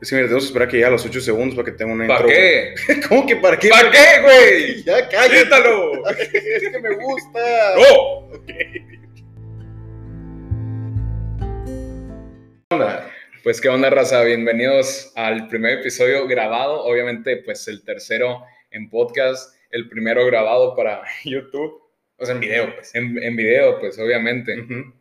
Es que mira, tenemos que esperar que llegue a los 8 segundos para que tenga una ¿Para intro. qué? ¿Cómo que para qué? ¿Para qué, güey? Ya, cállate. ¡Quítalo! Es que me gusta. ¡No! Okay. Pues qué onda, raza, bienvenidos al primer episodio grabado, obviamente pues el tercero en podcast, el primero grabado para YouTube. O sea, en video, pues. En video, pues obviamente. Uh-huh.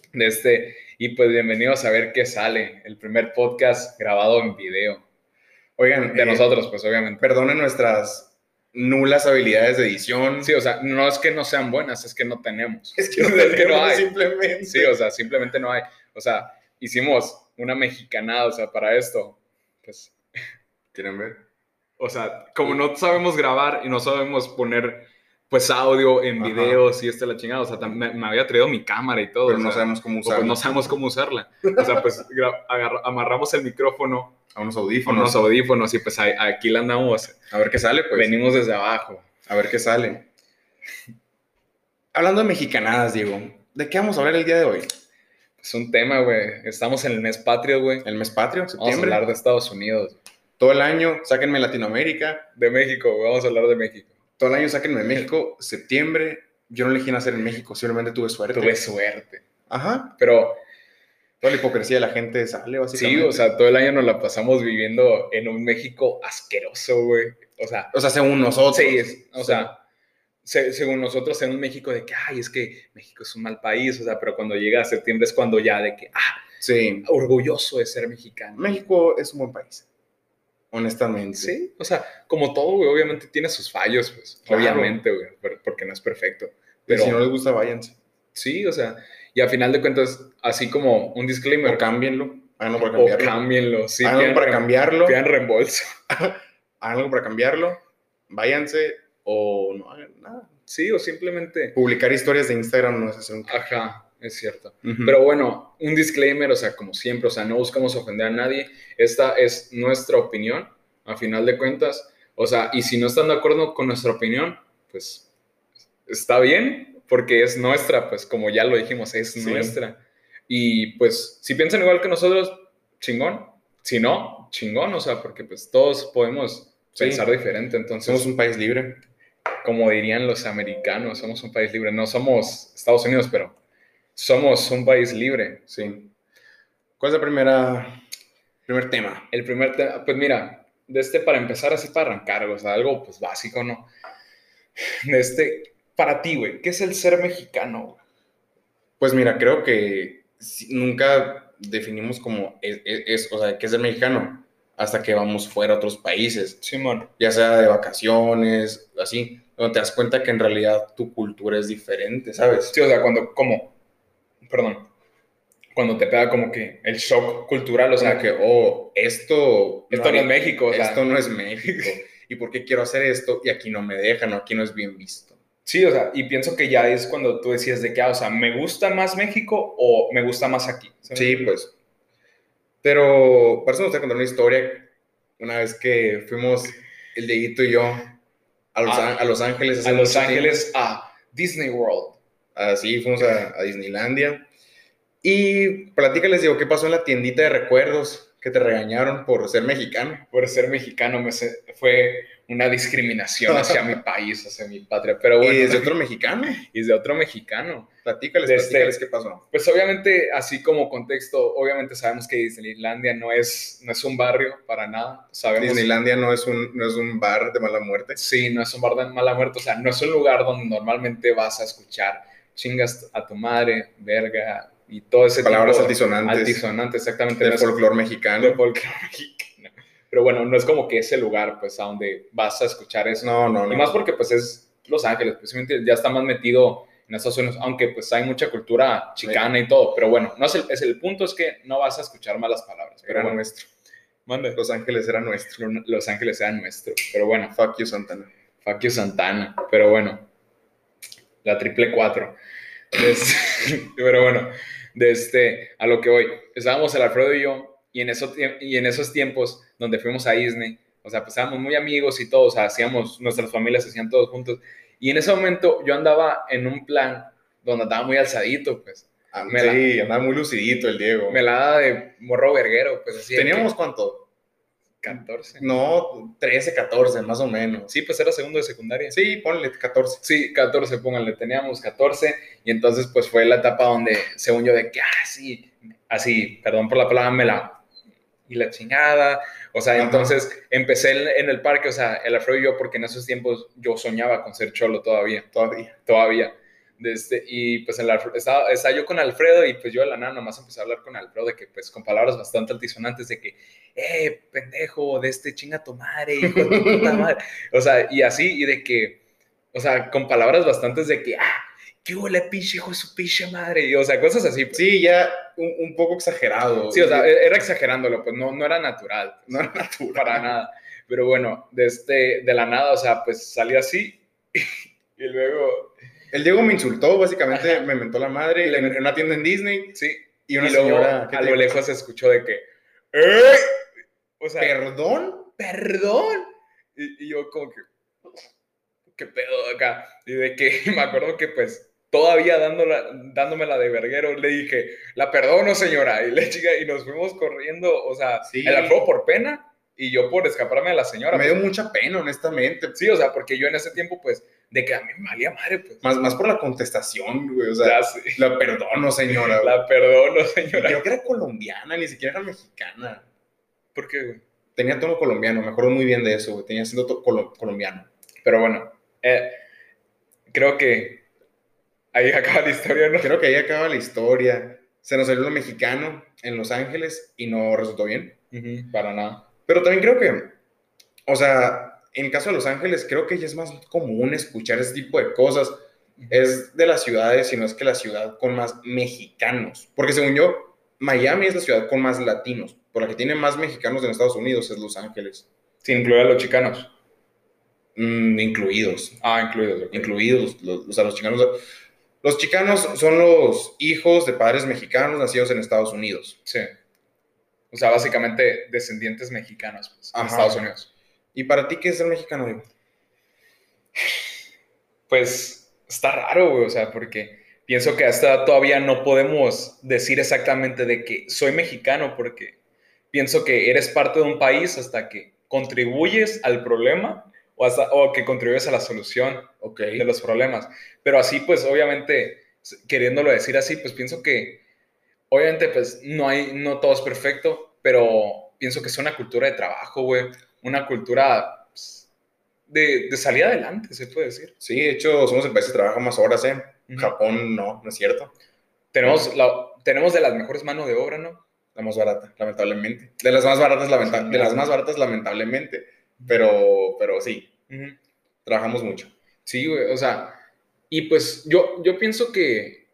Y pues bienvenidos a ver qué sale, el primer podcast grabado en video. Oigan, De nosotros, pues obviamente. Perdonen nuestras nulas habilidades de edición. Sí, o sea, no es que no sean buenas, es que no tenemos. Es que no hay. Simplemente. Sí, o sea, simplemente no hay. O sea, hicimos una mexicanada, o sea, para esto, pues... ¿Quieren ver? O sea, como no sabemos grabar y no sabemos poner, pues, audio en videos y la chingada, o sea, me había traído mi cámara y todo. Pero o sea, no sabemos cómo usarla. Pues no sabemos cómo usarla. O sea, pues amarramos el micrófono a unos audífonos. Y pues aquí la andamos. A ver qué sale, pues. Venimos desde abajo. A ver qué sale. Hablando de mexicanadas, Diego, ¿de qué vamos a hablar el día de hoy? Es un tema, güey. Estamos en el mes patrio, güey. El mes patrio, septiembre. Vamos a hablar de Estados Unidos. Todo el año, sáquenme Latinoamérica. De México, güey. Vamos a hablar de México. Todo el año, sáquenme de México. Septiembre, yo no elegí nacer en México, simplemente tuve suerte. Tuve suerte. Ajá. Pero... toda la hipocresía de la gente sale, básicamente. Sí, o sea, todo el año nos la pasamos viviendo en un México asqueroso, güey. O sea, según nosotros. Sí, o sea, según nosotros en un México de que, ay, es que México es un mal país, o sea, pero cuando llega a septiembre es cuando ya de que, sí, orgulloso de ser mexicano. México es un buen país, honestamente. Sí, o sea, como todo, güey, obviamente tiene sus fallos, pues, claro. Obviamente, güey, porque no es perfecto. Pero si no les gusta, váyanse. Sí, o sea, y a final de cuentas, así como un disclaimer. O cámbienlo. Háganlo para cambiarlo. O cámbienlo, sí. Háganlo para cambiarlo. Pidan reembolso. Háganlo para cambiarlo. Váyanse o no hagan nada. Sí, o simplemente... publicar historias de Instagram no es hacer un... Ajá, es cierto. Uh-huh. Pero bueno, un disclaimer, o sea, como siempre, o sea, no buscamos ofender a nadie. Esta es nuestra opinión, a final de cuentas. O sea, y si no están de acuerdo con nuestra opinión, pues está bien, porque es nuestra, pues como ya lo dijimos, es nuestra. Y pues, si piensan igual que nosotros, chingón. Si no, chingón, o sea, porque pues todos podemos pensar diferente, entonces... somos un país libre. Como dirían los americanos, somos un país libre. No somos Estados Unidos, pero somos un país libre. Sí. ¿Cuál es el primer tema? El primer tema, pues mira, para empezar así, para arrancar, o sea, algo pues básico, ¿no? Para ti, güey, ¿qué es el ser mexicano? Pues mira, creo que nunca definimos como o sea, qué es el mexicano hasta que vamos fuera a otros países. Simón. Ya sea de vacaciones, así, donde te das cuenta que en realidad tu cultura es diferente, ¿sabes? Sí, o sea, cuando te pega como que el shock cultural, o sea, que, esto no es México, o sea. Esto no es México. ¿Y por qué quiero hacer esto? Y aquí no me dejan, o aquí no es bien visto. Sí, o sea, y pienso que ya es cuando tú decías de que, o sea, ¿me gusta más México o me gusta más aquí? ¿Sabes? Sí, pues. Pero, para eso me gusta contar una historia. Una vez que fuimos, el Dieguito y yo, a Los Ángeles. A Los Ángeles, a Disney World. Así, fuimos a Disneylandia. Y platícales, digo, ¿qué pasó en la tiendita de recuerdos que te regañaron por ser mexicano? Por ser mexicano fue una discriminación hacia mi país, hacia mi patria. Pero bueno, ¿y es de otro mexicano? Y es de otro mexicano. Platícales qué pasó. Pues obviamente, así como contexto, obviamente sabemos que Disneylandia no es un barrio para nada. Sabemos, Disneylandia no es un bar de mala muerte. Sí, no es un bar de mala muerte. O sea, no es un lugar donde normalmente vas a escuchar chingas a tu madre, verga, y todo ese palabras tipo altisonantes. Altisonantes, exactamente. De folclore mexicano. Pero bueno, no es como que ese lugar, pues, a donde vas a escuchar eso. No. Y más porque, pues, es Los Ángeles, pues, ya está más metido en Estados Unidos, aunque, pues, hay mucha cultura chicana y todo. Pero bueno, el punto es que no vas a escuchar malas palabras. Era bueno, nuestro. Mande. Los Ángeles era nuestro. Los Ángeles era nuestro. Pero bueno. Fuck you, Santana. Fuck you, Santana. Pero bueno. La triple 4. Pero bueno. A lo que voy. Estábamos el Alfredo y yo, y en esos tiempos donde fuimos a Disney, o sea, pues éramos muy amigos y todos, o sea, nuestras familias hacían todos juntos, y en ese momento yo andaba en un plan donde andaba muy alzadito, pues. Andaba muy lucidito el Diego. Me la daba de morro verguero, pues así. ¿Teníamos cuánto? 14. No, 13, 14, más o menos. Sí, pues era segundo de secundaria. Sí, ponle 14. Sí, 14, pónganle, teníamos 14 y entonces pues fue la etapa donde, según yo, de que, sí, así, perdón por la palabra, y la chingada, o sea, entonces empecé en el parque, o sea, el Alfredo y yo, porque en esos tiempos yo soñaba con ser cholo todavía. Y pues estaba yo con Alfredo y pues yo de la nada nomás empecé a hablar con Alfredo de que pues con palabras bastante altisonantes de que, pendejo, de chinga tu madre, hijo de tu puta madre, o sea, y así, y de que, o sea, con palabras bastantes de que, ¿qué huele, pinche hijo de su pinche madre? Y, o sea, cosas así. Pues. Sí, ya un poco exagerado. Sí, o sea, era exagerándolo, pues no era natural. Pues, no era natural. Para nada. Pero bueno, de la nada, o sea, pues salí así y luego... El Diego me insultó, básicamente, me mentó la madre en una tienda en Disney. Sí. Y una señora... Luego, a lo lejos se escuchó de que... ¡Ey! O sea... ¿Perdón? Y yo como que... ¿Qué pedo acá? Y de que me acuerdo que pues todavía dándomela de verguero, le dije, la perdono, señora. Y nos fuimos corriendo, o sea, sí. El Alfredo por pena y yo por escaparme de la señora. Me dio mucha pena, honestamente. Sí, o sea, porque yo en ese tiempo, pues, de que a mí me valía madre, pues. Más por la contestación, güey, o sea, la perdono, señora. La perdono, señora. Creo que era colombiana, ni siquiera era mexicana. ¿Por qué, güey? Tenía tono colombiano, me acuerdo muy bien de eso, güey, tenía acento colombiano. Pero bueno, creo que ahí acaba la historia, ¿no? Creo que ahí acaba la historia. Se nos salió lo mexicano en Los Ángeles y no resultó bien. Para nada. Pero también creo que, o sea, en el caso de Los Ángeles, creo que ya es más común escuchar ese tipo de cosas. Es de las ciudades, si no es que la ciudad con más mexicanos. Porque según yo, Miami es la ciudad con más latinos. Por la que tiene más mexicanos en Estados Unidos es Los Ángeles. Sin incluir a los chicanos. Incluidos. Incluidos. Okay. Incluidos, los chicanos. Los chicanos son los hijos de padres mexicanos nacidos en Estados Unidos. Sí. O sea, básicamente descendientes mexicanos, pues, en Estados Unidos. ¿Y para ti qué es ser mexicano, güey? Pues está raro, güey, o sea, porque pienso que hasta todavía no podemos decir exactamente de que soy mexicano, porque pienso que eres parte de un país hasta que contribuyes al problema o que contribuyes a la solución de los problemas. Pero así, pues, obviamente, queriéndolo decir así, pues pienso que, obviamente, pues, no todo es perfecto, pero pienso que es una cultura de trabajo, güey, una cultura pues, de salir adelante, se puede decir. Sí, de hecho, somos el país que trabaja más horas, ¿eh? Japón no es cierto. Tenemos de las mejores manos de obra, ¿no? La más barata, lamentablemente. De las más baratas, lamentablemente. Pero sí, trabajamos mucho. Sí, güey, o sea, y pues yo pienso que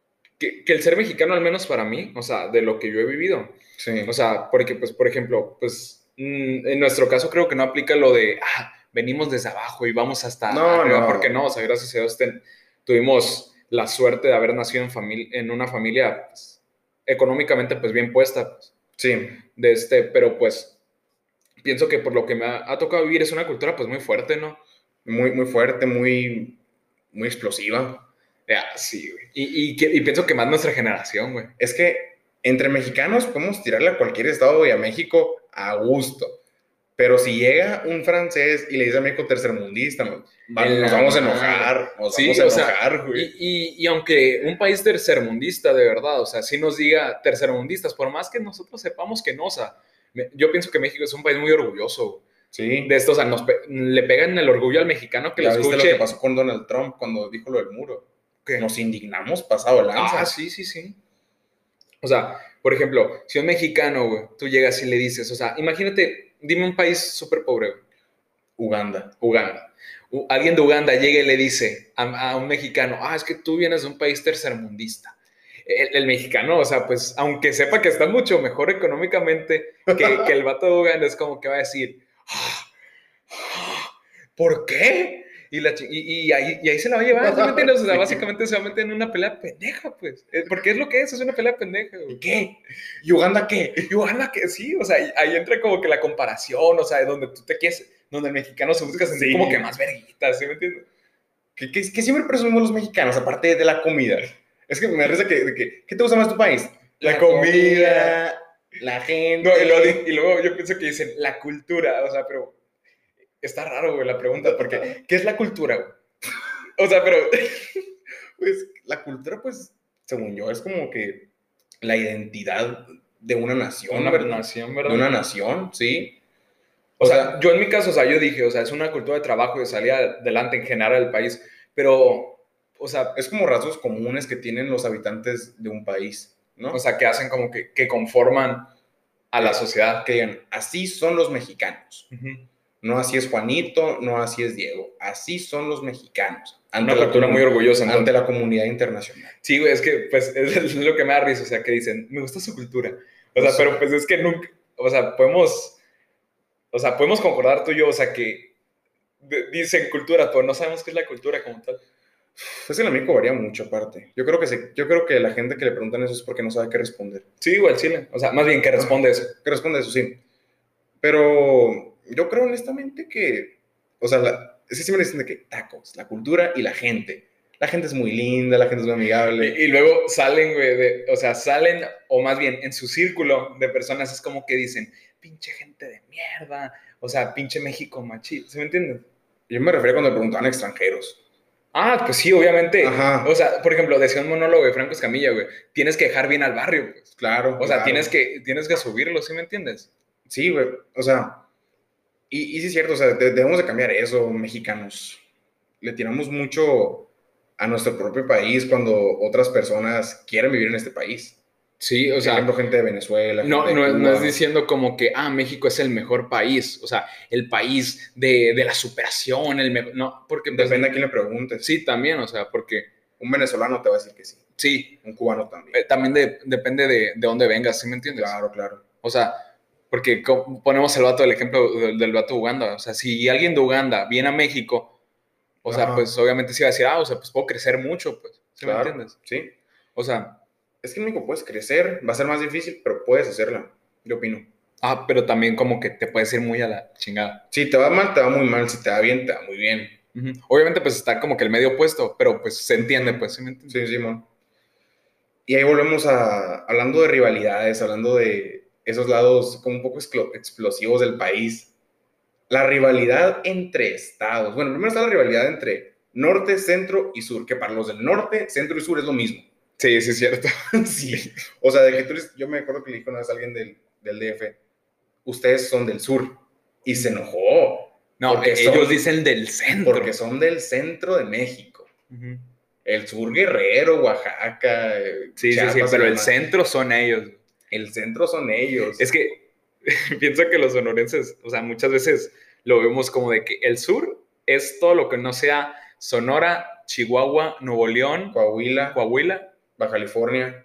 el ser mexicano, al menos para mí, o sea, de lo que yo he vivido, sí. O sea, porque, pues, por ejemplo, pues, en nuestro caso creo que no aplica lo de, venimos desde abajo y vamos hasta arriba, porque no, o sea, gracias a Dios tuvimos la suerte de haber nacido en una familia, pues, económicamente, pues, bien puesta, pues. Sí. Pero, pues, pienso que por lo que me ha tocado vivir es una cultura, pues, muy fuerte, ¿no? Muy, muy fuerte, muy explosiva. Sí, güey. Y pienso que más nuestra generación, güey. Es que entre mexicanos podemos tirarle a cualquier estado y a México a gusto. Pero si llega un francés y le dice a México tercermundista, nos vamos a enojar. Güey. Y aunque un país tercermundista, de verdad, o sea, si nos diga tercermundistas, por más que nosotros sepamos que no, o sea, yo pienso que México es un país muy orgulloso, güey. Sí. De esto, o sea, le pegan el orgullo al mexicano que lo escuche. ¿Viste lo que pasó con Donald Trump cuando dijo lo del muro? ¿Qué? Nos indignamos pasado el lanza. Sí. O sea, por ejemplo, si un mexicano, güey, tú llegas y le dices, o sea, imagínate, dime un país súper pobre, güey. Uganda. Alguien de Uganda llega y le dice a un mexicano, es que tú vienes de un país tercermundista. El mexicano, o sea, pues, aunque sepa que está mucho mejor económicamente que el vato de Uganda, es como que va a decir, ¿por qué? Y ahí se la va a llevar, ¿sí me entiendes? O sea, básicamente se va a meter en una pelea pendeja, pues. Porque es lo que es una pelea pendeja, güey. ¿Qué? ¿Y Uganda qué? ¿Y Uganda qué? Sí, o sea, ahí entra como que la comparación, o sea, donde tú te quieres, donde el mexicano se busca sentir como que más verguitas, ¿sí me entiendes? Que siempre presumimos los mexicanos, aparte de la comida. Es que me da risa ¿qué te gusta más tu país? La comida. la gente. No, y luego yo pienso que dicen la cultura, o sea, pero está raro, güey, la pregunta, porque ¿qué es la cultura, güey? O sea, pero... Pues la cultura, pues, según yo, es como que la identidad de una nación, Una ¿verdad? nación, ¿verdad? De una nación, sí. O sea, yo en mi caso, o sea, yo dije, o sea, es una cultura de trabajo de salir adelante en general del país, pero, o sea, es como rasgos comunes que tienen los habitantes de un país, ¿no? o sea, que hacen como que conforman a la sociedad. Que digan, así son los mexicanos. Uh-huh. No así es Juanito, no así es Diego. Así son los mexicanos. Una cultura muy orgullosa. Ante la comunidad internacional. Sí, güey, es que, pues, es lo que me da risa, o sea, que dicen, me gusta su cultura. O sea, pero pues es que nunca, o sea, podemos concordar tú y yo, o sea, que dicen cultura, pero no sabemos qué es la cultura como tal. Pues el amigo varía mucho aparte. Yo creo que la gente que le preguntan eso es porque no sabe qué responder. Sí, igual Chile. O sea, más bien que responde eso. Que responde eso, sí. Pero yo creo honestamente que, o sea, es que sí me dicen de que tacos, la cultura y la gente. La gente es muy linda, la gente es muy amigable. Y luego salen, güey, o sea, salen, o más bien en su círculo de personas es como que dicen, pinche gente de mierda, o sea, pinche México machito, ¿sí me entiendes? Yo me refería cuando me preguntaban extranjeros. Ah, pues sí, obviamente. Ajá. O sea, por ejemplo, decía un monólogo de Franco Escamilla, güey, tienes que dejar bien al barrio, pues. Claro. O sea, claro. tienes que subirlo, ¿sí me entiendes? Sí, güey, o sea, y sí es cierto, o sea, debemos de cambiar eso, mexicanos. Le tiramos mucho a nuestro propio país cuando otras personas quieren vivir en este país. Sí, o Por sea, ejemplo, gente de Venezuela. no, gente de Cuba. no es diciendo como que, México es el mejor país, o sea, el país de la superación, no, porque... Pues, depende a quién le preguntes. Sí, también, o sea, porque... Un venezolano te va a decir que sí. Sí. Un cubano también. También depende de dónde vengas, ¿sí me entiendes? Claro, claro. O sea, porque ponemos el ejemplo del vato de Uganda, o sea, si alguien de Uganda viene a México, o sea, pues obviamente se va a decir, o sea, pues puedo crecer mucho, pues, ¿sí claro, me entiendes? Sí. O sea... Es que en México puedes crecer, va a ser más difícil, pero puedes hacerla, yo opino. pero también como que te puedes ir muy a la chingada. Si te va mal, te va muy mal, si te va bien, te va muy bien. Uh-huh. Obviamente, pues está como que el medio opuesto, pero pues se entiende, pues, ¿sí me entiendes? Sí, man. Y ahí volvemos hablando de rivalidades, hablando de esos lados como un poco explosivos del país. La rivalidad entre estados. Bueno, primero está la rivalidad entre norte, centro y sur, que para los del norte, centro y sur es lo mismo. Sí, sí, es cierto. Sí. O sea, de que yo me acuerdo que le dijo una vez a alguien del DF, ustedes son del sur. Y se enojó. No, ellos dicen del centro. Porque son del centro de México. Uh-huh. El sur Guerrero, Oaxaca. Sí, Chiapas, sí, pero el centro son ellos. El centro son ellos. Es que pienso que los sonorenses, o sea, muchas veces lo vemos como de que el sur es todo lo que no sea Sonora, Chihuahua, Nuevo León, Coahuila, Baja California.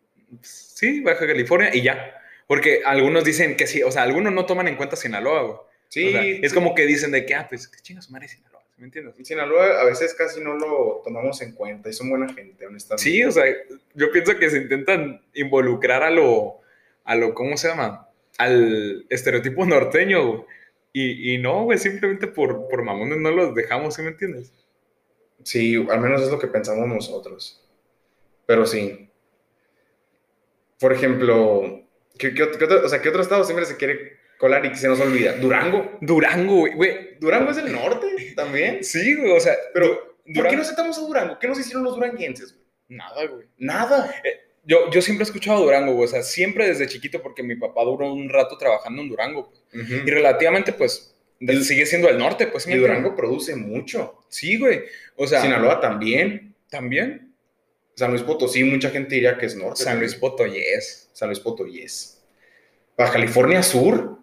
Sí, Baja California y ya. Porque algunos dicen que sí, o sea, algunos no toman en cuenta Sinaloa, güey. Sí. O sea, es como que dicen de que, pues, qué chingas madre Sinaloa, ¿me entiendes? Sinaloa a veces casi no lo tomamos en cuenta y son buena gente, honestamente. Sí, o sea, yo pienso que se intentan involucrar a lo, ¿cómo se llama? Al estereotipo norteño, güey. Y no, güey, simplemente por mamones no los dejamos, ¿sí me entiendes? Sí, al menos es lo que pensamos nosotros. Pero sí. Por ejemplo, ¿qué otro estado siempre se quiere colar y que se nos olvida? Durango. Durango, güey. Durango es el norte también. Sí, güey, o sea. Pero, ¿por qué no aceptamos a Durango? ¿Qué nos hicieron los duranguenses, güey? Nada, güey. Nada. Yo siempre he escuchado Durango, güey. O sea, siempre desde chiquito, porque mi papá duró un rato trabajando en Durango. Pues. Uh-huh. Y relativamente, pues, sigue siendo el norte, pues. Y Durango produce mucho. Sí, güey. O sea. Sinaloa también. ¿También? San Luis Potosí, mucha gente diría que es norte. San Luis Potosí. San Luis Potosí. Baja California Sur.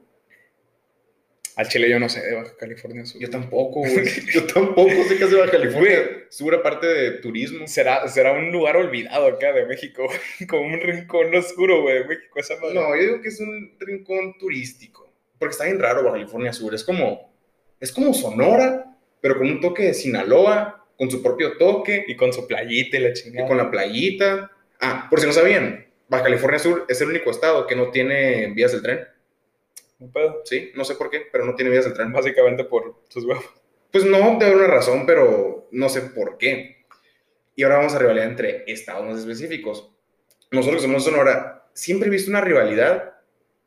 Al Chile yo no sé de Baja California Sur. Yo tampoco, güey. Yo tampoco sé qué hace Baja California Sur, aparte de turismo. ¿Será un lugar olvidado acá de México? Como un rincón oscuro, güey, de México. Esa madre. No, yo digo que es un rincón turístico. Porque está bien raro Baja California Sur. Es como Sonora, pero con un toque de Sinaloa, con su propio toque. Y con su playita y la chingada. Y con la playita. Por si no sabían, Baja California Sur es el único estado que no tiene vías del tren. ¿Un pedo? Sí, no sé por qué, pero no tiene vías del tren. Básicamente por sus huevos. Pues no, debe haber una razón, pero no sé por qué. Y ahora vamos a rivalidad entre estados más específicos. Nosotros que somos Sonora, siempre he visto una rivalidad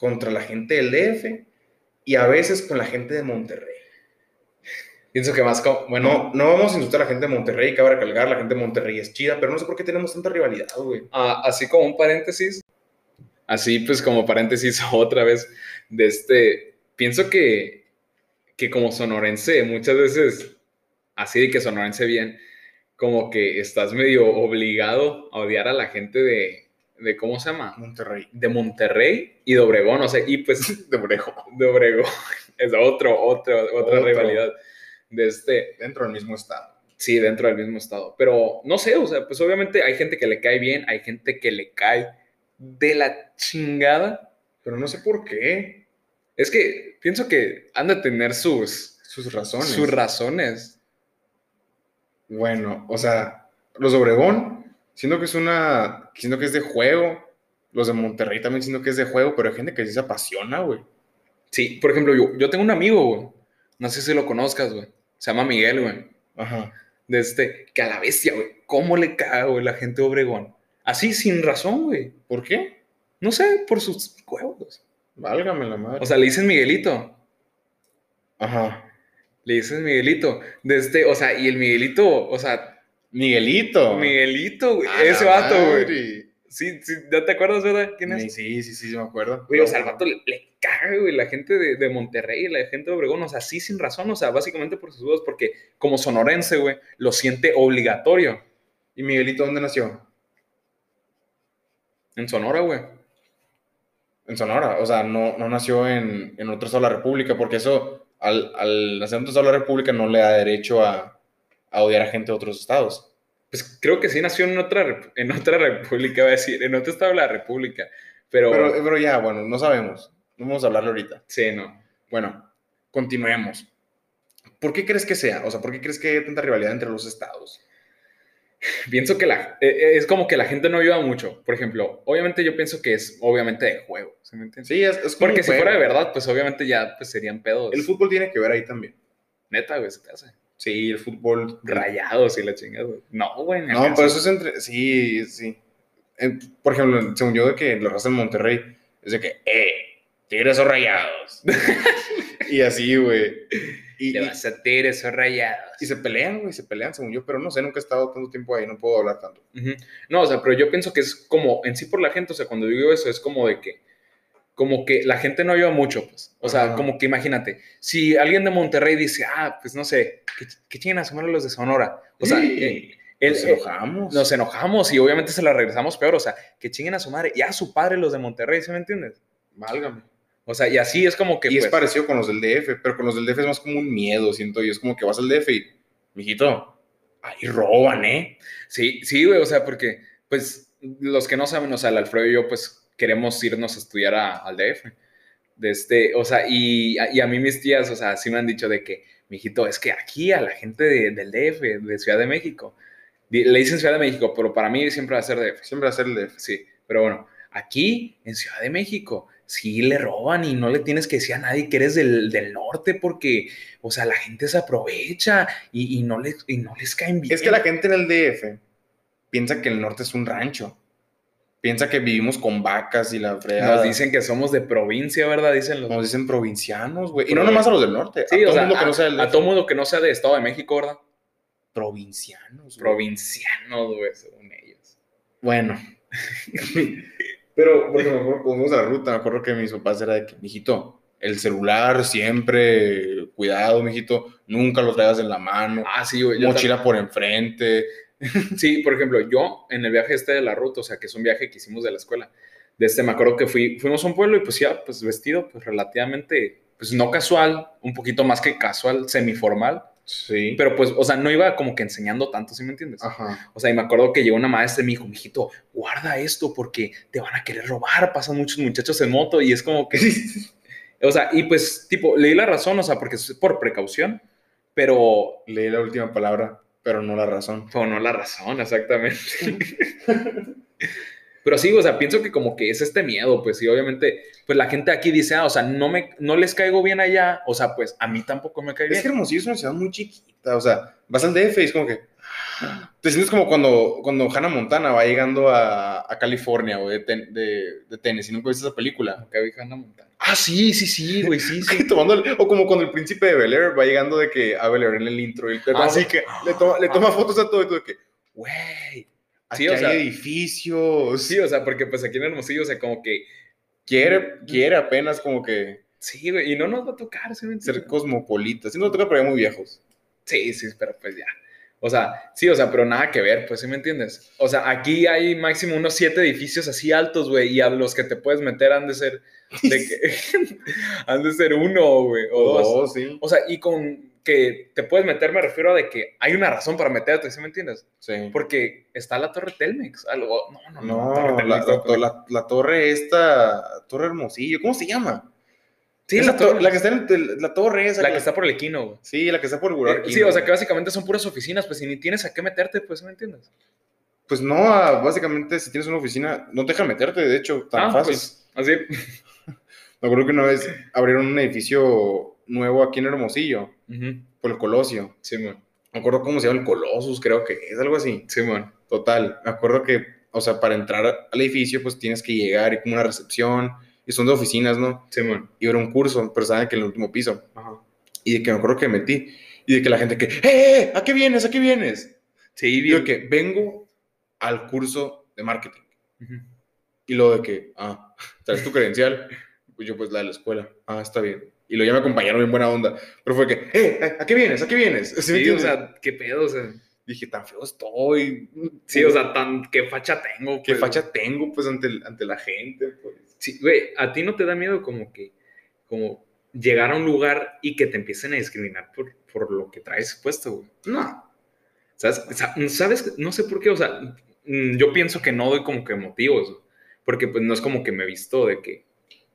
contra la gente del DF y a veces con la gente de Monterrey. Pienso que más como, bueno, No vamos a insultar a la gente de Monterrey, cabe recalcar, la gente de Monterrey es chida, pero no sé por qué tenemos tanta rivalidad, güey. así como un paréntesis, así pues como paréntesis otra vez, pienso que como sonorense, muchas veces, así de que sonorense bien, como que estás medio obligado a odiar a la gente de ¿cómo se llama? Monterrey. De Monterrey y de Obregón, o sea, y pues De Obregón. de Obregón, es otra rivalidad Dentro del mismo estado. sí, dentro del mismo estado, pero no sé, o sea, pues obviamente hay gente que le cae bien, hay gente que le cae de la chingada, Pero no sé por qué. es que pienso que han de tener sus razones. Sus razones. Bueno, o sea, los de Obregón, siento que es de juego. Los de Monterrey también siento que es de juego, pero hay gente que sí se apasiona, güey. Sí, por ejemplo, yo tengo un amigo, güey. No sé si lo conozcas, güey. Se llama Miguel, güey. Ajá. Que a la bestia, güey. ¿Cómo le caga, güey, la gente de Obregón? Así, sin razón, güey. ¿Por qué? No sé, por sus huevos. Válgame la madre. O sea, le dicen Miguelito. Ajá. Le dicen Miguelito. O sea, y el Miguelito, o sea. Miguelito, güey. A Ese la vato, güey. madre. Sí, ¿ya te acuerdas, verdad? ¿Quién es? Sí, me acuerdo. Güey, o sea, al vato le caga, güey, la gente de Monterrey, la gente de Obregón, o sea, sí sin razón, o sea, básicamente por sus dudas, porque como sonorense, güey, lo siente obligatorio. ¿Y Miguelito dónde nació? En Sonora, güey. En Sonora, o sea, no nació en otro estado de la República, porque eso, al nacer en otro estado de la República, no le da derecho a odiar a gente de otros estados. Pues creo que sí nació en otra república, voy a decir, en otro estado de la república, Pero ya, bueno, no sabemos. No vamos a hablarlo ahorita. Sí, no. Bueno, continuemos. ¿Por qué crees que sea? O sea, ¿por qué crees que hay tanta rivalidad entre los estados? Pienso que es como que la gente no ayuda mucho. Por ejemplo, obviamente yo pienso que es obviamente de juego, ¿sí me entiendes? Sí, es como porque si fuera de verdad, pues obviamente ya pues, serían pedos. El fútbol tiene que ver ahí también. Neta, güey, se te hace. Sí, el fútbol. Rayados y la chingada. No, güey. No, pero eso es entre. Sí. Por ejemplo, según yo, de que la raza en Monterrey es de que, Tigres o Rayados. Y así, güey. Le vas a Tigres o Rayados. Y se pelean, güey, según yo, pero no sé, nunca he estado tanto tiempo ahí, no puedo hablar tanto. No, o sea, pero yo pienso que es como, en sí por la gente, o sea, cuando digo eso, es como de que, como que la gente no ayuda mucho, pues. O sea, como que imagínate, si alguien de Monterrey dice, pues no sé, que chinguen a su madre los de Sonora. O sea, nos enojamos y obviamente se la regresamos peor. O sea, que chinguen a su madre y a su padre los de Monterrey, ¿sí me entiendes? Válgame. O sea, y así es como que. Y es parecido con los del DF, pero con los del DF es más como un miedo, siento yo. Es como que vas al DF y, mijito, ahí roban, ¿eh? Sí, güey, o sea, porque, pues, los que no saben, o sea, el Alfredo y yo, pues, queremos irnos a estudiar al DF. O sea, y a mí mis tías, o sea, sí me han dicho de que, mijito, es que aquí a la gente del DF, de Ciudad de México, le dicen Ciudad de México, pero para mí siempre va a ser DF. Siempre va a ser el DF. Sí, pero bueno, aquí en Ciudad de México, sí le roban y no le tienes que decir a nadie que eres del norte porque, o sea, la gente se aprovecha y no les caen bien. Es que la gente en el DF piensa que el norte es un rancho. Piensa que vivimos con vacas y la fregada. Nos dicen que somos de provincia, ¿verdad? Nos dicen provincianos, güey. Y no nomás a los del norte. Sí, a todo mundo que no sea a todo mundo que no sea de Estado de México, ¿verdad? Provincianos, güey. Provincianos, güey, según ellos. Bueno. Pero, porque me acuerdo, cuando fuimos a la ruta, me acuerdo que mis papás era de que, mijito, el celular siempre, cuidado, mijito, nunca lo traigas en la mano. Sí, güey. Mochila por enfrente. Sí, por ejemplo, yo en el viaje de la ruta, o sea, que es un viaje que hicimos de la escuela, me acuerdo que fuimos a un pueblo y pues ya, pues vestido, pues relativamente, pues no casual, un poquito más que casual, semiformal. Sí. Pero pues, o sea, no iba como que enseñando tanto, ¿sí me entiendes? Ajo. O sea, y me acuerdo que llegó una maestra y me dijo, mijito, guarda esto porque te van a querer robar, pasan muchos muchachos en moto y es como que... O sea, y pues, tipo, leí la razón, o sea, porque es por precaución, pero... Leí la última palabra, pero no la razón. Pero no la razón, exactamente. Pero sí, o sea, pienso que como que es este miedo, pues sí, obviamente, pues la gente aquí dice, o sea, no les caigo bien allá, o sea, pues a mí tampoco me cae bien. Es que Hermosillo es una ciudad muy chiquita, o sea, vas al DF y es como que, Te sientes como cuando Hannah Montana va llegando a California, güey, de Tennessee. ¿Nunca viste esa película? Nunca vi Hannah Montana. Ah, sí, güey, sí. O como cuando el príncipe de Bel-Air va llegando de que a Bel-Air en el intro. Y Sí. que le toma fotos a todo y todo de que, güey, aquí Sí, o hay sea, edificios. Sí, o sea, porque pues aquí en Hermosillo, o sea, como que... Quiere apenas como que Sí, güey, y no nos va a tocar, ¿sí me entiendes? ser cosmopolitas. Sí nos toca, pero ya muy viejos. Sí, pero pues ya. O sea, sí, o sea, pero nada que ver, pues, ¿sí me entiendes? O sea, aquí hay máximo unos 7 edificios así altos, güey, y a los que te puedes meter han de ser... han de ser uno, güey, o dos. Sí. O sea, y con que te puedes meter me refiero a de que hay una razón para meterte, ¿sí me entiendes? Sí. Porque está la Torre Telmex. No, Torre Telmex, la torre esta, Torre Hermosillo, ¿cómo se llama? Sí, Esa la torre. la que está en la torre esa. La que está por el Equino, güey. Sí, la que está por el Boulevard Sí, o sea, que básicamente son puras oficinas, pues, y ni tienes a qué meterte, pues, ¿sí me entiendes? Pues no, básicamente si tienes una oficina, no te dejan meterte, de hecho, tan fácil. Pues, así. Me acuerdo que una vez abrieron un edificio nuevo aquí en Hermosillo, por el Colosio. Sí, man. Me acuerdo cómo se llama el Colossus, creo que es algo así. Sí, man. Total, me acuerdo que, o sea, para entrar al edificio, pues tienes que llegar y como una recepción, y son de oficinas, ¿no? Sí, man. Y era un curso, pero saben que en el último piso. Ajá. Y de que me acuerdo que me metí, y de que la gente que, ¡eh! ¿A qué vienes? ¿A qué vienes? Sí, Y yo de que vengo al curso de marketing. Y luego de que, ¿traes tu credencial? Pues yo, pues la de la escuela. Está bien. Y luego ya me acompañaron bien buena onda. Pero fue que, ¿a qué vienes? ¿A qué vienes? Sí, o sea, qué pedo, o sea. Dije, tan feo estoy. Sí, o sea, qué facha tengo, pues. ¿Qué facha tengo, pues, ante la gente, pues? Sí, güey, ¿a ti no te da miedo como llegar a un lugar y que te empiecen a discriminar por lo que traes puesto, güey? No. ¿Sabes? No sé por qué, o sea, yo pienso que no doy como que motivos, porque pues no es como que me he visto de que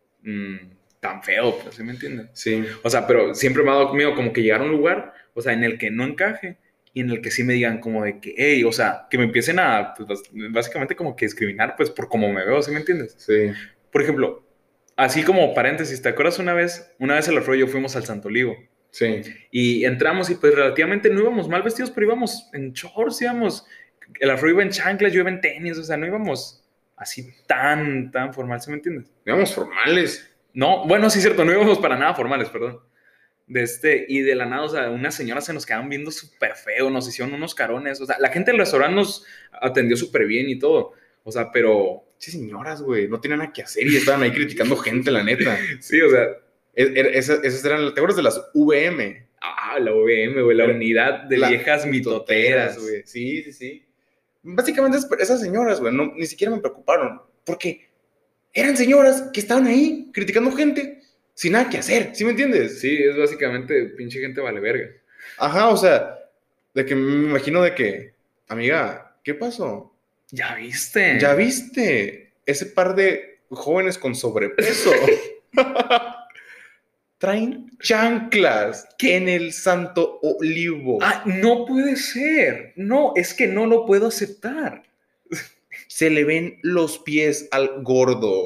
tan feo, pues, ¿sí me entiendes? Sí. O sea, pero siempre me ha dado miedo como que llegar a un lugar, o sea, en el que no encaje y en el que sí me digan como de que, hey, o sea, que me empiecen a, pues, básicamente como que discriminar, pues, por cómo me veo, ¿sí me entiendes? Sí. Por ejemplo, así como paréntesis, ¿te acuerdas una vez el Alfredo y yo fuimos al Santo Olivo? Sí. Y entramos y pues relativamente no íbamos mal vestidos, pero íbamos en shorts, el Alfredo iba en chanclas, yo iba en tenis, o sea, no íbamos así tan formal, ¿sí me entiendes? Íbamos formales. No, bueno, sí es cierto, no íbamos para nada formales, perdón. Y de la nada, o sea, unas señoras se nos quedaban viendo súper feo, nos hicieron unos carones, o sea, la gente del restaurante nos atendió súper bien y todo, o sea, pero... Sí, señoras, güey, no tenían nada que hacer y estaban ahí criticando gente, la neta. Sí, o sea... Esas eran, ¿te acuerdas de las VM? La VM, güey, la unidad de viejas mitoteras, güey. Sí. Básicamente esas señoras, güey, ni siquiera me preocuparon, porque eran señoras que estaban ahí criticando gente sin nada que hacer, ¿sí me entiendes? Sí, es básicamente pinche gente vale verga. Ajá, o sea, de que me imagino de que, amiga, ¿qué pasó? ¿Ya viste? ¿Ya viste? Ese par de jóvenes con sobrepeso traen chanclas en el Santo Olivo. No puede ser. No, es que no lo puedo aceptar. Se le ven los pies al gordo.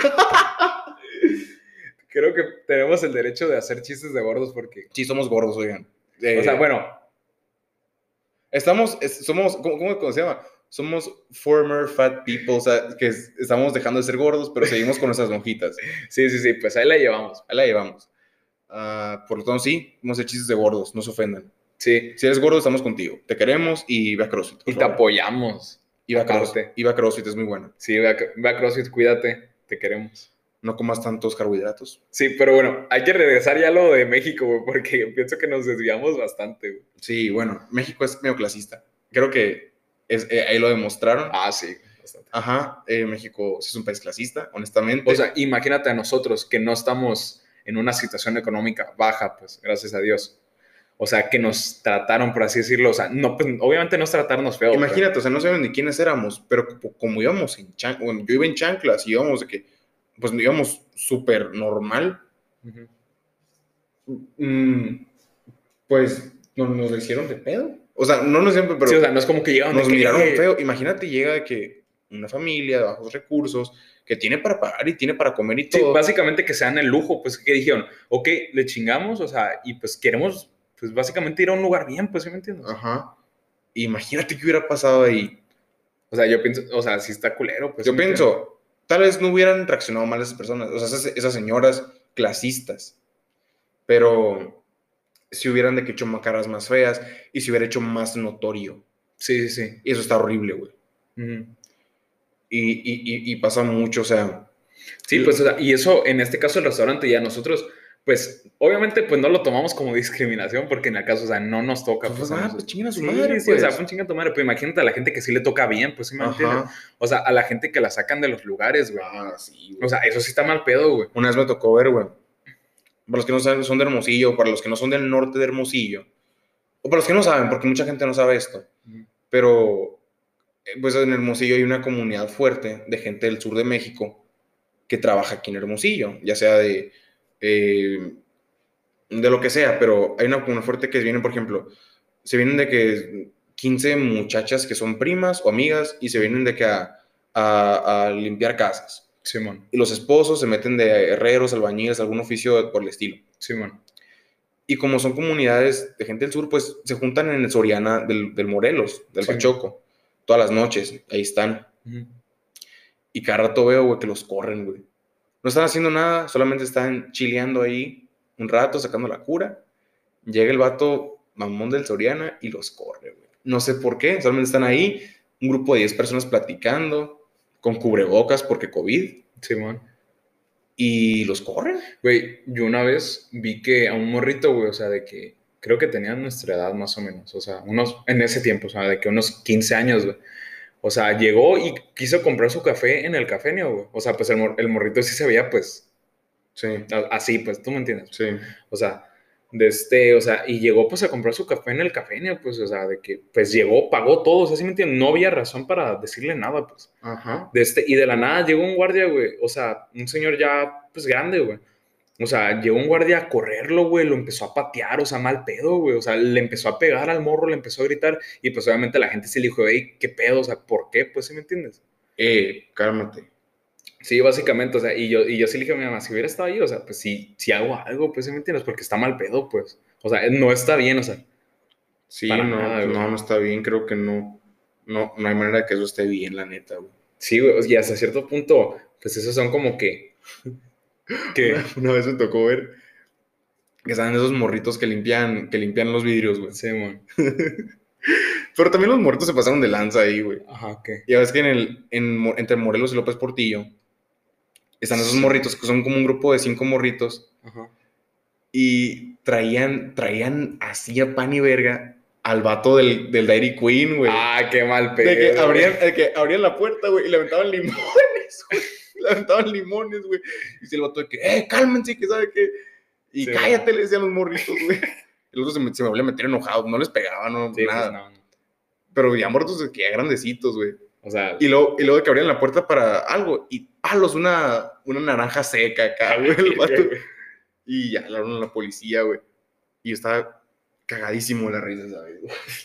Creo que tenemos el derecho de hacer chistes de gordos porque... Sí, somos gordos, oigan. O sea, bueno. Somos, ¿cómo se llama? Somos former fat people, o sea, que estamos dejando de ser gordos, pero seguimos con nuestras lonjitas. Sí, pues ahí la llevamos. Por lo tanto, sí, vamos a hacer chistes de gordos, no se ofendan. Sí. Si eres gordo, estamos contigo. Te queremos y ve a CrossFit. Y te apoyamos. Y va a CrossFit, es muy bueno. Sí, ve a CrossFit, cuídate, te queremos. No comas tantos carbohidratos. Sí, pero bueno, hay que regresar ya a lo de México, güey, porque pienso que nos desviamos bastante, güey. Sí, bueno, México es medio clasista. Creo que ahí lo demostraron. Sí, bastante. Ajá, México sí es un país clasista, honestamente. O sea, imagínate a nosotros que no estamos en una situación económica baja, pues, gracias a Dios. O sea, que nos trataron, por así decirlo, o sea, no, pues, obviamente no es tratarnos feo. Imagínate, pero... o sea, no sabemos ni quiénes éramos, pero como íbamos en chanclas, bueno, yo iba en chanclas y íbamos de que, pues íbamos súper normal, pues nos lo hicieron de pedo. O sea, no nos siempre, pero... Sí, o sea, no es como que llegaron nos miraron feo. Imagínate, llega de que una familia de bajos recursos que tiene para pagar y tiene para comer y todo. Sí, básicamente que sean el lujo, pues, que dijeron, ok, le chingamos, o sea, y pues queremos, pues, básicamente ir a un lugar bien, pues, ¿sí me entiendes? Ajá. Imagínate qué hubiera pasado ahí. O sea, yo pienso, o sea, sí está culero, pues. Yo ¿Sí me entiendes? pienso, tal vez no hubieran reaccionado mal esas personas, o sea, esas señoras clasistas, pero si hubieran de que hecho caras más feas y se hubiera hecho más notorio. Sí, sí, sí. Y eso está horrible, güey. Ujú. Y pasa mucho, o sea. Sí, pues, o sea, y eso, en este caso, el restaurante, ya nosotros, pues, obviamente, pues, no lo tomamos como discriminación, porque en el caso, o sea, no nos toca, pues, a Pues nosotros. chinguen a su madre, Sí, sí, o sea, pues. fue un chinga tu madre, pero imagínate a la gente que sí le toca bien, pues, ¿sí me entiendes? Ajá. O sea, a la gente que la sacan de los lugares, güey. Ah, sí, O güey. sea, eso sí está mal pedo, güey. Una vez me tocó ver, güey. Para los que no saben, son de Hermosillo, para los que no son del norte de Hermosillo, o para los que no saben, porque mucha gente no sabe esto, Ujú. pero pues en Hermosillo hay una comunidad fuerte de gente del sur de México que trabaja aquí en Hermosillo, ya sea de lo que sea, pero hay una comunidad fuerte que vienen, por ejemplo, se vienen de que 15 muchachas que son primas o amigas y se vienen de que a limpiar casas. Simón, Y los esposos se meten de herreros, albañiles, algún oficio por el estilo. Simón. Y como son comunidades de gente del sur, pues se juntan en el Soriana del Morelos, del Simón. Bachoco, todas las noches, ahí están. Ujú. Y cada rato veo, güey, que los corren, güey. No están haciendo nada, solamente están chileando ahí un rato, sacando la cura. Llega el vato mamón del Soriana y los corre, güey. No sé por qué, solamente están ahí, un grupo de 10 personas platicando, con cubrebocas porque COVID, Simón. y los corren. Güey, yo una vez vi que a un morrito, güey, o sea, de que creo que tenían nuestra edad más o menos, o sea, unos, en ese tiempo, o sea, de que unos 15 años, güey. O sea, llegó y quiso comprar su café en el cafenio, güey. O sea, pues el morrito sí se veía, pues, Sí, así, pues, tú me entiendes. sí. O sea, o sea, y llegó pues a comprar su café en el cafenio, pues, o sea, de que, pues llegó, pagó todo, o sea, ¿sí me entiendes? No había razón para decirle nada, pues. Ajá. Y de la nada llegó un guardia, güey, o sea, un señor ya, pues, grande, güey. O sea, llegó un guardia a correrlo, güey, lo empezó a patear, o sea, mal pedo, güey. O sea, le empezó a pegar al morro, le empezó a gritar. Y pues obviamente la gente sí le dijo, hey, ¿qué pedo? O sea, ¿por qué? Pues sí me entiendes. Cálmate. Sí, básicamente, o sea, y yo sí le dije a mi mamá, si hubiera estado ahí, o sea, pues sí hago algo, pues sí me entiendes, porque está mal pedo, pues. O sea, no está bien, o sea, Sí, para no, nada, pues güey. no, no está bien, creo que no. No, no hay manera de que eso esté bien, la neta, güey. Sí, güey, y hasta cierto punto, pues esos son como que, Una vez me tocó ver que estaban esos morritos que limpian los vidrios, güey. sí, man. Pero también los morritos se pasaron de lanza ahí, güey. Ajá, ¿qué? Ya ves que entre Morelos y López Portillo están esos Sí. morritos que son como un grupo de 5 morritos Ajá. y traían así a pan y verga al vato del Dairy Queen, güey. Ah, qué mal De que pedo, güey. abrían la puerta, güey, y le aventaban limones, güey. Le aventaban limones, güey. Y si el vato de que, cálmense, que sabe qué. Y Sí, cállate, le decían los morritos, güey. El otro se me volvía a meter enojado, no les pegaba, no, sí, pues nada. no, no. Pero ya muertos de que ya grandecitos, güey. O sea, Y luego de que abrían la puerta para algo, y palos, una naranja seca acá, güey, el vato. Y ya hablaron a la policía, güey. Y yo estaba cagadísimo de la risa, ¿sabes?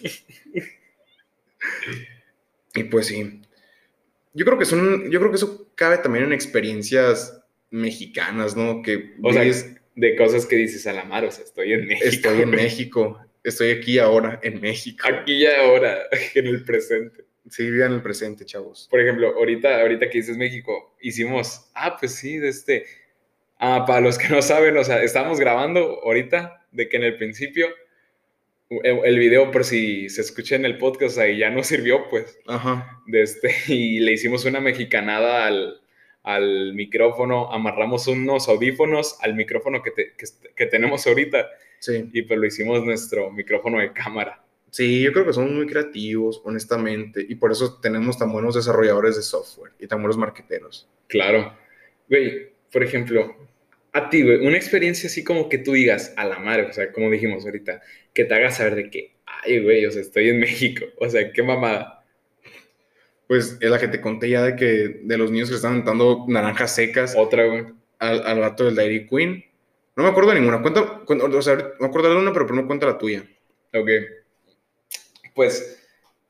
Y pues sí. Yo creo que eso cabe también en experiencias mexicanas, ¿no? Que o sea, ves, de cosas que dices a la mar, o sea, estoy en México. estoy en México, estoy aquí ahora, en México. Aquí y ahora, en el presente. Sí, vivan el presente, chavos. Por ejemplo, ahorita que dices México, hicimos, pues sí, para los que no saben, o sea, estamos grabando ahorita, de que en el principio, el video, por si se escucha en el podcast, ahí ya no sirvió, pues, Ajá, y le hicimos una mexicanada al micrófono, amarramos unos audífonos al micrófono que tenemos ahorita, sí. y pues lo hicimos nuestro micrófono de cámara. Sí, yo creo que somos muy creativos, honestamente, y por eso tenemos tan buenos desarrolladores de software y tan buenos marqueteros. Claro. Güey, por ejemplo, a ti, güey, una experiencia así como que tú digas a la madre, o sea, como dijimos ahorita, que te haga saber de que, ay, güey, o sea, estoy en México, o sea, qué mamada. Pues es la que te conté ya de los niños que le están dando naranjas secas Otra, güey. al vato del Dairy Queen. No me acuerdo de ninguna. O sea, me acuerdo de una, pero primero cuenta la tuya. Ok. Pues,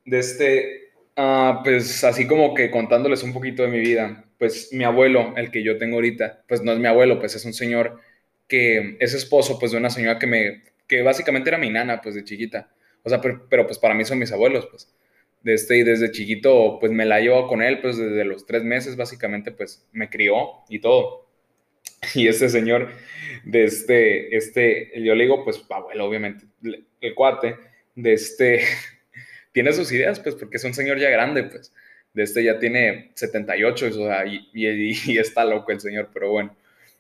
pues así como que contándoles un poquito de mi vida, pues mi abuelo, el que yo tengo ahorita, pues no es mi abuelo, pues es un señor que es esposo, pues de una señora que básicamente era mi nana, pues de chiquita. O sea, pero pues para mí son mis abuelos, pues. Y desde chiquito, pues me la llevo con él, pues desde los 3 meses, básicamente, pues me crió y todo. Y este señor, yo le digo, pues abuelo, obviamente, el cuate, tiene sus ideas, pues, porque es un señor ya grande, pues. Ya tiene 78, o sea, y está loco el señor, pero bueno.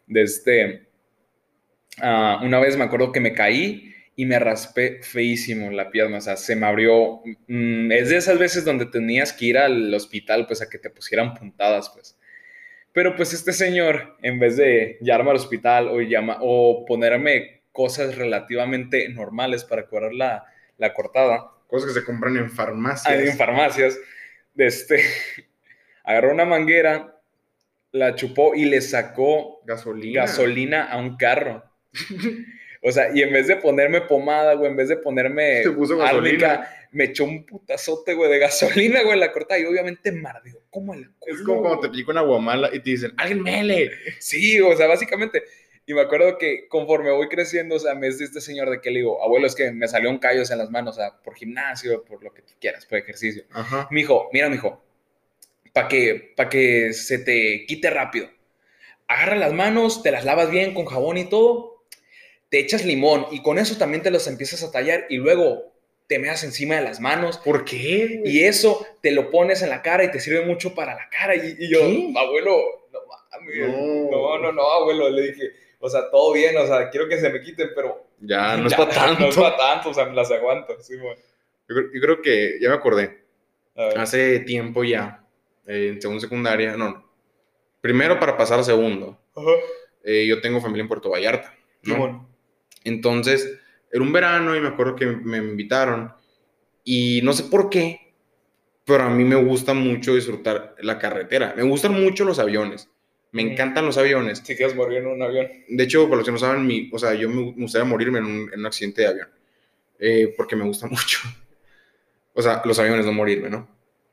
Una vez me acuerdo que me caí y me raspé feísimo la pierna, o sea, se me abrió. Es de esas veces donde tenías que ir al hospital, pues, a que te pusieran puntadas, pues. Pero pues este señor, en vez de llamarme al hospital o ponerme cosas relativamente normales para curar la cortada, Cosas que se compran en en farmacias. farmacias, de este, agarró una manguera, la chupó y le sacó gasolina a un carro. O sea, y en vez de ponerme pomada, güey, en vez de ponerme Se puso gasolina. árnica, me echó un putazote, güey, de gasolina, güey, en la cortada. Y obviamente me ardió como el culo. Es como cuando te pica una guamala y te dicen, ¡alguien mele! Sí, o sea, básicamente. Y me acuerdo que conforme voy creciendo, o sea, me dice este señor de que le digo, abuelo, es que me salió un callos en las manos, o sea, por gimnasio, por lo que tú quieras, por ejercicio. Ajá. Me dijo, mira, mijo, para que se te quite rápido. Agarra las manos, te las lavas bien con jabón y todo, te echas limón y con eso también te los empiezas a tallar y luego te meas encima de las manos. ¿Por qué, güey? Y eso te lo pones en la cara y te sirve mucho para la cara. Y yo, ¿Qué? abuelo, no mames, no, abuelo, le dije, o sea, todo bien, o sea, quiero que se me quiten, pero Ya, no es para tanto. No es para tanto, o sea, me las aguanto. Sí, bueno. Yo creo que ya me acordé. A ver. Hace tiempo ya, en segundo secundaria, no, primero para pasar a segundo, Ajá. yo tengo familia en Puerto Vallarta, ¿no? Simón. Entonces, era un verano y me acuerdo que me invitaron y no sé por qué, pero a mí me gusta mucho disfrutar la carretera. Me gustan mucho los aviones. Me encantan los aviones. Si quieres morir en un avión. De hecho, para los que no saben, o sea, yo me gustaría morirme en un accidente de avión. Porque me gusta mucho. O sea, los aviones, no morirme, ¿no?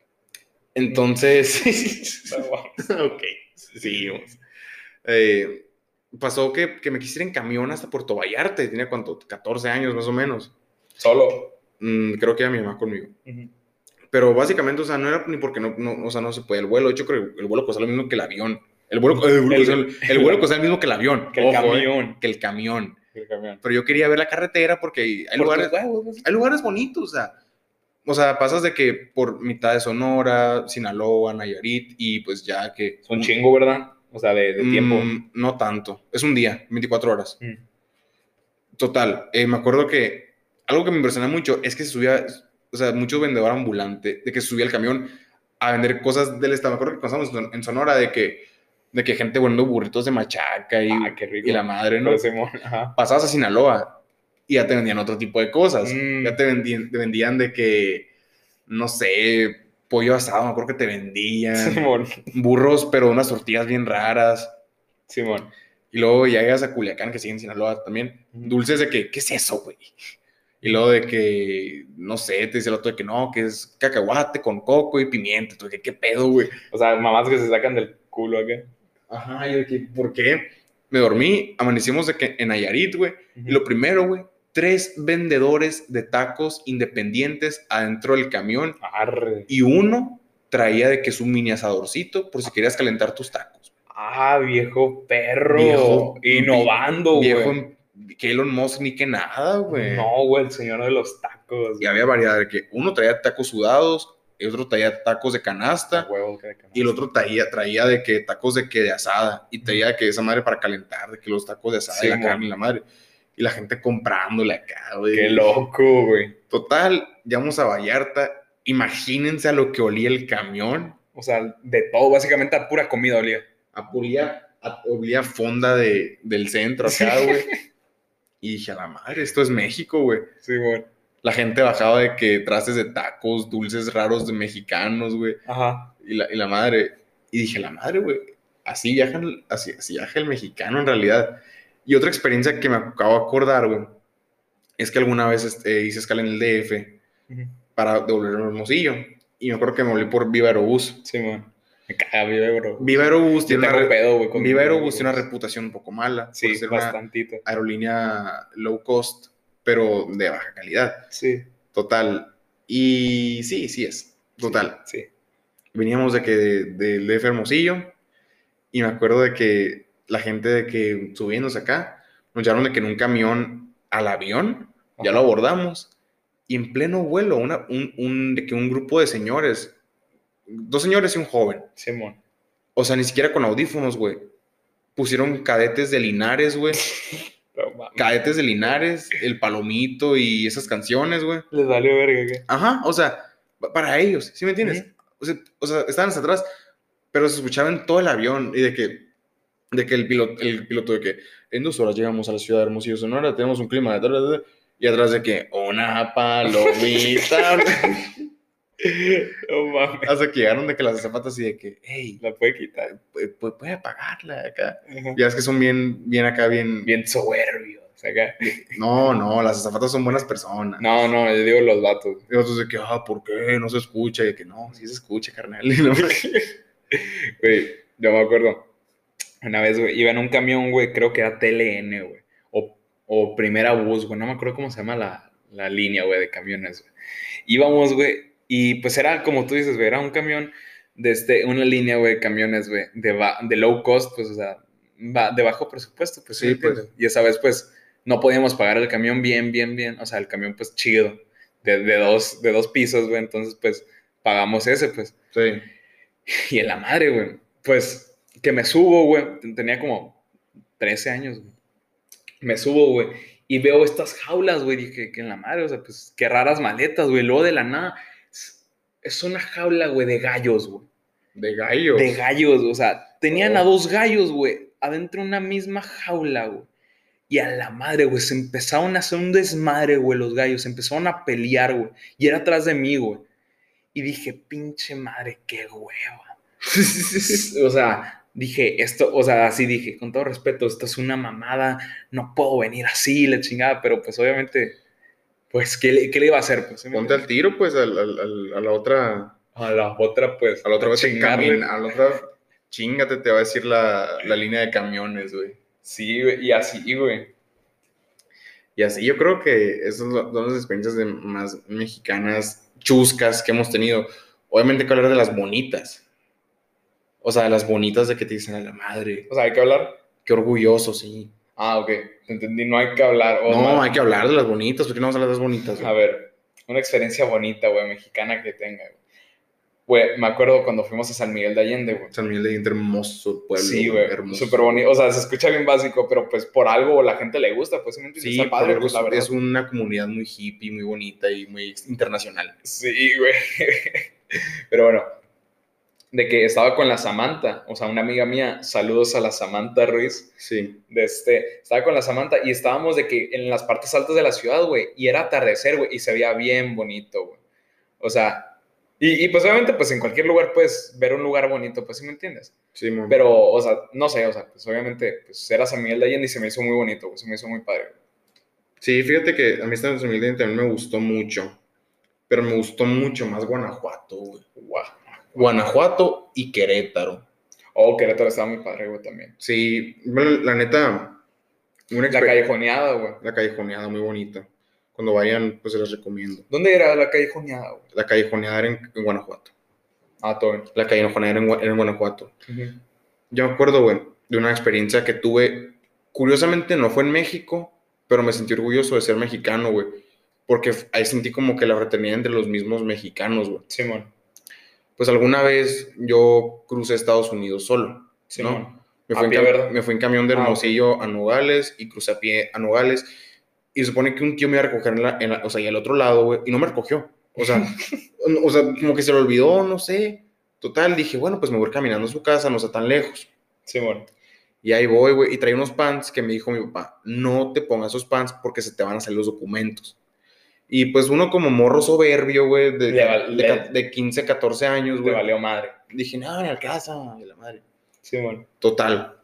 Entonces... ok, seguimos. Pasó que me quisiera en camión hasta Puerto Vallarta. Tenía, ¿cuánto? 14 años, más o menos. Solo. Creo que era mi mamá conmigo. Pero básicamente, o sea, no era ni porque o sea, no se puede el vuelo. De hecho, creo que el vuelo costaba lo mismo que el avión. El vuelo costaba el mismo que el avión. Que el camión. Que el camión. El camión. Pero yo quería ver la carretera porque hay lugares bonitos, o sea, pasas de que por mitad de Sonora, Sinaloa, Nayarit, y pues ya que... Es un chingo, ¿verdad? O sea, de tiempo. No tanto. Es un día, 24 horas. Total, me acuerdo que algo que me impresiona mucho es que se subía, o sea, mucho vendedor ambulante, de que se subía el camión a vender cosas del estado. Me acuerdo que cuando estábamos en Sonora, de que gente vendiendo burritos de machaca qué rico. y la madre, ¿no? Ajá. Pasabas a Sinaloa y ya te vendían otro tipo de cosas. Ya te vendían de que, no sé, pollo asado, me acuerdo que te vendían. Simón. Burros, pero unas tortillas bien raras. Simón. Y luego llegas a Culiacán, que sigue en Sinaloa también. Dulces de que, ¿qué es eso, güey? Y luego de que, no sé, te dice el otro de que no, que es cacahuate con coco y pimienta. Tú de que, ¿qué pedo, güey? O sea, mamás que se sacan del culo acá. Ajá, yo de que, ¿por qué? Me dormí, amanecimos de que en Nayarit, güey. Y lo primero, güey, 3 vendedores de tacos independientes adentro del camión. Arre. Y uno traía de que es un mini asadorcito por si querías calentar tus tacos. Viejo perro. Innovando, güey. Viejo que Elon Musk ni que nada, güey. No, güey, el señor de los tacos. Y había variedad de que uno traía tacos sudados, el otro traía tacos de canasta, y el otro traía de que tacos de asada, y traía de que esa madre para calentar, de que los tacos de asada y la carne y la madre. Y la gente comprándole acá, güey. Qué loco, güey. Total, llegamos a Vallarta. Imagínense a lo que olía el camión. O sea, de todo, básicamente a pura comida olía. Olía fonda del centro acá, güey. Y dije, a la madre, esto es México, güey. Sí, güey. La gente bajaba de que trastes de tacos, dulces raros de mexicanos, güey. Ajá. Y la madre. Y dije, la madre, güey. Así viaja el mexicano en realidad. Y otra experiencia que me acabo de acordar, güey, es que alguna vez hice escala en el DF para devolverme a Hermosillo. Y me acuerdo que me volví por Viva Aerobús. Sí, man. Me caga Viva Aerobús. Viva Aerobús tiene Viva Aerobús tiene una reputación un poco mala. Sí, por ser bastantito. Una aerolínea low cost, pero de baja calidad. Sí. Total. Y sí, sí es. Total. Sí. Veníamos de que del DF Hermosillo y me acuerdo de que la gente de que subiéndose acá nos llevaron de que en un camión al avión, ya lo Ajá. abordamos y en pleno vuelo de que un grupo de señores, 2 señores y un joven, Simón. o sea, ni siquiera con audífonos, güey, pusieron Cadetes de Linares, güey, No mames. Cadetes de Linares, El Palomito y esas canciones, güey. Les valió verga, ¿qué? Ajá, o sea, para ellos, ¿sí me entiendes? Ujú. O sea, estaban hasta atrás, pero se escuchaba en todo el avión y de que el piloto de que en 2 horas llegamos a la ciudad de Hermosillo, Sonora, tenemos un clima de... Y atrás de que una palomita. No mames. Hasta que llegaron de que las zapatas y de que, hey, La puede quitar. puede apagarla acá. Ajá. Ya es que son bien acá, bien... Bien soberbio. O sea, acá. No, las zapatas son buenas personas. No, yo digo los vatos. Y otros de que, ¿por qué? No se escucha. Y de que, no, sí se escucha, carnal. Y no, Güey, yo me acuerdo. Una vez, güey, iba en un camión, güey, creo que era TLN, güey. O Primera Bus, güey. No me acuerdo cómo se llama la línea, güey, de camiones, güey. Íbamos, güey, y pues era, como tú dices, güey, era un camión una línea, güey, de camiones, güey, de low cost, pues, o sea, de bajo presupuesto, pues, ¿sí me sí, pues, entiendes? Y esa vez, pues, no podíamos pagar el camión bien, o sea, el camión, pues, chido, de dos pisos, güey, entonces, pues, pagamos ese, pues. sí. Y en la madre, güey, pues, que me subo, güey, tenía como 13 años, güey. Me subo, güey, y veo estas jaulas, güey, dije, que en la madre, o sea, pues, qué raras maletas, güey, luego de la nada, es una jaula, güey, de gallos, güey. De gallos. De gallos, o sea, tenían a Oh. 2 gallos, güey, adentro de una misma jaula, güey. Y a la madre, güey, se empezaron a hacer un desmadre, güey, los gallos, se empezaron a pelear, güey, y era atrás de mí, güey. Y dije, pinche madre, qué hueva. O sea, dije, esto, o sea, así dije, con todo respeto, esto es una mamada, no puedo venir así, la chingada, pero pues obviamente, pues, ¿qué le iba a hacer? Pues, ¿sí me Ponte al entiendes? tiro, pues, a la otra... A la otra, pues, A la otra a vez chingarle. a la otra chingate te va a decir la línea de camiones, güey. Sí, güey, y así, güey. Y así yo creo que esas son las experiencias más mexicanas, chuscas que hemos tenido. Obviamente hay que hablar de las bonitas. O sea, de las bonitas de que te dicen a la madre. O sea, hay que hablar. Qué orgulloso, sí. Ah, ok, te entendí, no hay que hablar. No, hay que hablar de las bonitas, porque no vamos a hablar de las bonitas, A güey. ver, una experiencia bonita, güey, mexicana que tenga, güey. Güey, me acuerdo cuando fuimos a San Miguel de Allende, güey. San Miguel de Allende, hermoso pueblo, Sí, güey, hermoso. súper bonito. O sea, se escucha bien básico, pero pues por algo la gente le gusta, pues, ¿sí me entiendes? Sí, Está por padre, algo pues, la verdad. es una comunidad muy hippie, muy bonita y muy internacional. Sí, güey. Pero bueno, de que estaba con la Samantha, o sea, una amiga mía, saludos a la Samantha Ruiz, Sí. estaba con la Samantha y estábamos de que en las partes altas de la ciudad, güey, y era atardecer, güey, y se veía bien bonito, güey. O sea, y pues obviamente, pues en cualquier lugar puedes ver un lugar bonito, pues, ¿sí me entiendes? Sí, mon. Pero, o sea, no sé, o sea, pues obviamente, pues era San Miguel de Allende y se me hizo muy bonito, güey, se me hizo muy padre, güey. Sí, fíjate que a mí San Miguel de Allende también me gustó mucho, pero me gustó mucho más Guanajuato, güey. Guau. Guanajuato y Querétaro. Oh, Querétaro estaba muy padre, güey, también. Sí, bueno, la neta, La callejoneada, güey. La callejoneada, muy bonita. Cuando vayan, pues se las recomiendo. ¿Dónde era la callejoneada, güey? La callejoneada era en Guanajuato. Ah, todo bien. La callejoneada era en Guanajuato. Uh-huh. Yo me acuerdo, güey, de una experiencia que tuve. Curiosamente no fue en México, pero me sentí orgulloso de ser mexicano, güey. Porque ahí sentí como que la fraternidad entre los mismos mexicanos, güey. Simón. Pues alguna vez yo crucé Estados Unidos solo, Simón. ¿no? ¿verdad? Me fui en camión de Ah, Hermosillo a Nogales y crucé a pie a Nogales. Y se supone que un tío me iba a recoger o sea, y al otro lado, güey, y no me recogió. O sea, como que se le olvidó, no sé. Total, dije, bueno, pues me voy caminando a su casa, no está tan lejos. Simón. Y ahí voy, güey, y traía unos pants que me dijo mi papá, no te pongas esos pants porque se te van a salir los documentos. Y pues uno como morro soberbio, güey, de 15, 14 años, Le güey. valió madre. Dije, no, en la casa, de la madre. Simón. Total.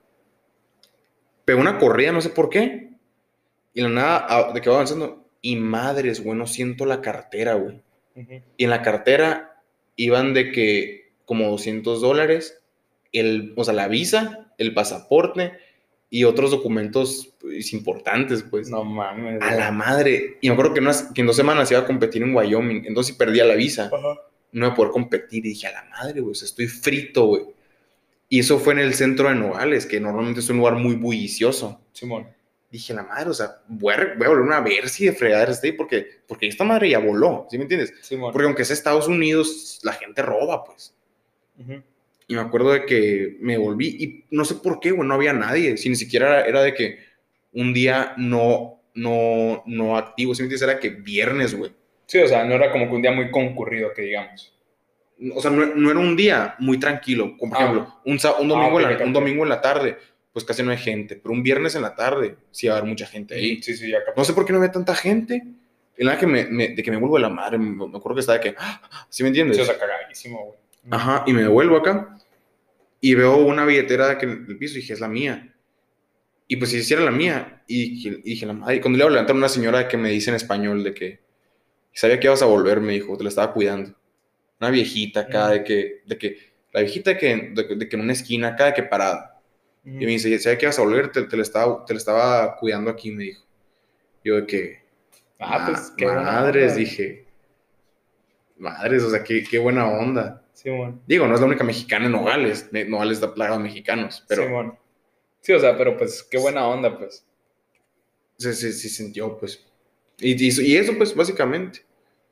Pegó una corrida, no sé por qué. Y la nada, de que va avanzando. Y madres, güey, no siento la cartera, güey. Uh-huh. Y en la cartera iban de que como $200, o sea, la visa, el pasaporte y otros documentos pues, importantes, pues. No mames. A la madre. Y me acuerdo que en 2 semanas iba a competir en Wyoming, entonces si perdía la visa, Ajá. no iba a poder competir. Y dije, a la madre, güey, o sea, estoy frito, güey. Y eso fue en el centro de Nogales, que normalmente es un lugar muy bullicioso. Simón. Dije, la madre, o sea, voy a volver a ver si de fregadera estoy, porque esta madre ya voló, ¿sí me entiendes? Simón. Porque aunque es Estados Unidos, la gente roba, pues. Ujú. Y me acuerdo de que me volví, y no sé por qué, güey, no había nadie, si ni siquiera era de que un día no activo, ¿sí me entiendes? Era que viernes, güey. Sí, o sea, no era como que un día muy concurrido, que digamos. O sea, no era un día muy tranquilo, como por ejemplo, un domingo, ok, un domingo en la tarde, pues casi no hay gente, pero un viernes en la tarde sí va a haber mucha gente ahí. Sí, ya capté. No sé por qué no había tanta gente. En la que de que me vuelvo de la madre, me acuerdo que estaba de que, ¿sí me entiendes? Sí, o sea, cagadísimo, güey. Ajá, y me devuelvo acá y veo una billetera que en el piso y dije, es la mía. Y pues si era la mía, y dije, la madre, y cuando le iba a levantar una señora que me dice en español de que sabía que ibas a volver, me dijo, te la estaba cuidando. Una viejita acá, la viejita de que en una esquina acá, de que parada. Y me dice, sabía que ibas a volver, te la estaba cuidando aquí, me dijo. Yo de que, pues qué buena madres, onda. dije, madres, o sea, qué buena onda. Simón. Digo, no es la única mexicana en Nogales. Nogales está plagado de mexicanos, pero Simón. Sí, o sea, pero pues qué buena onda, pues. se sintió, pues. Y eso, pues, básicamente.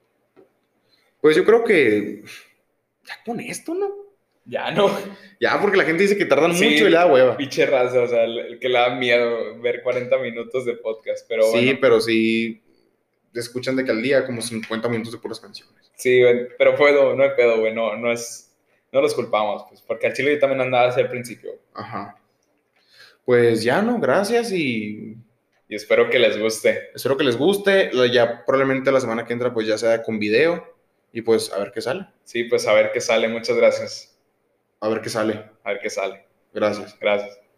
Pues yo creo que ya con esto, ¿no? Ya no. Ya, porque la gente dice que tardan Sí, mucho y le da hueva. Pinche raza, o sea, el que le da miedo ver 40 minutos de podcast, pero Sí, bueno. pero sí escuchan de que al día como 50 minutos de puras canciones. Sí, güey, pero no hay pedo, güey, no los culpamos, pues, porque al chile yo también andaba hacia el principio. Ajá. Pues ya, ¿no? Gracias y Y espero que les guste. espero que les guste. Ya probablemente la semana que entra pues ya sea con video y pues a ver qué sale. Sí, pues a ver qué sale, muchas gracias. A ver qué sale. A ver qué sale. Gracias. Gracias.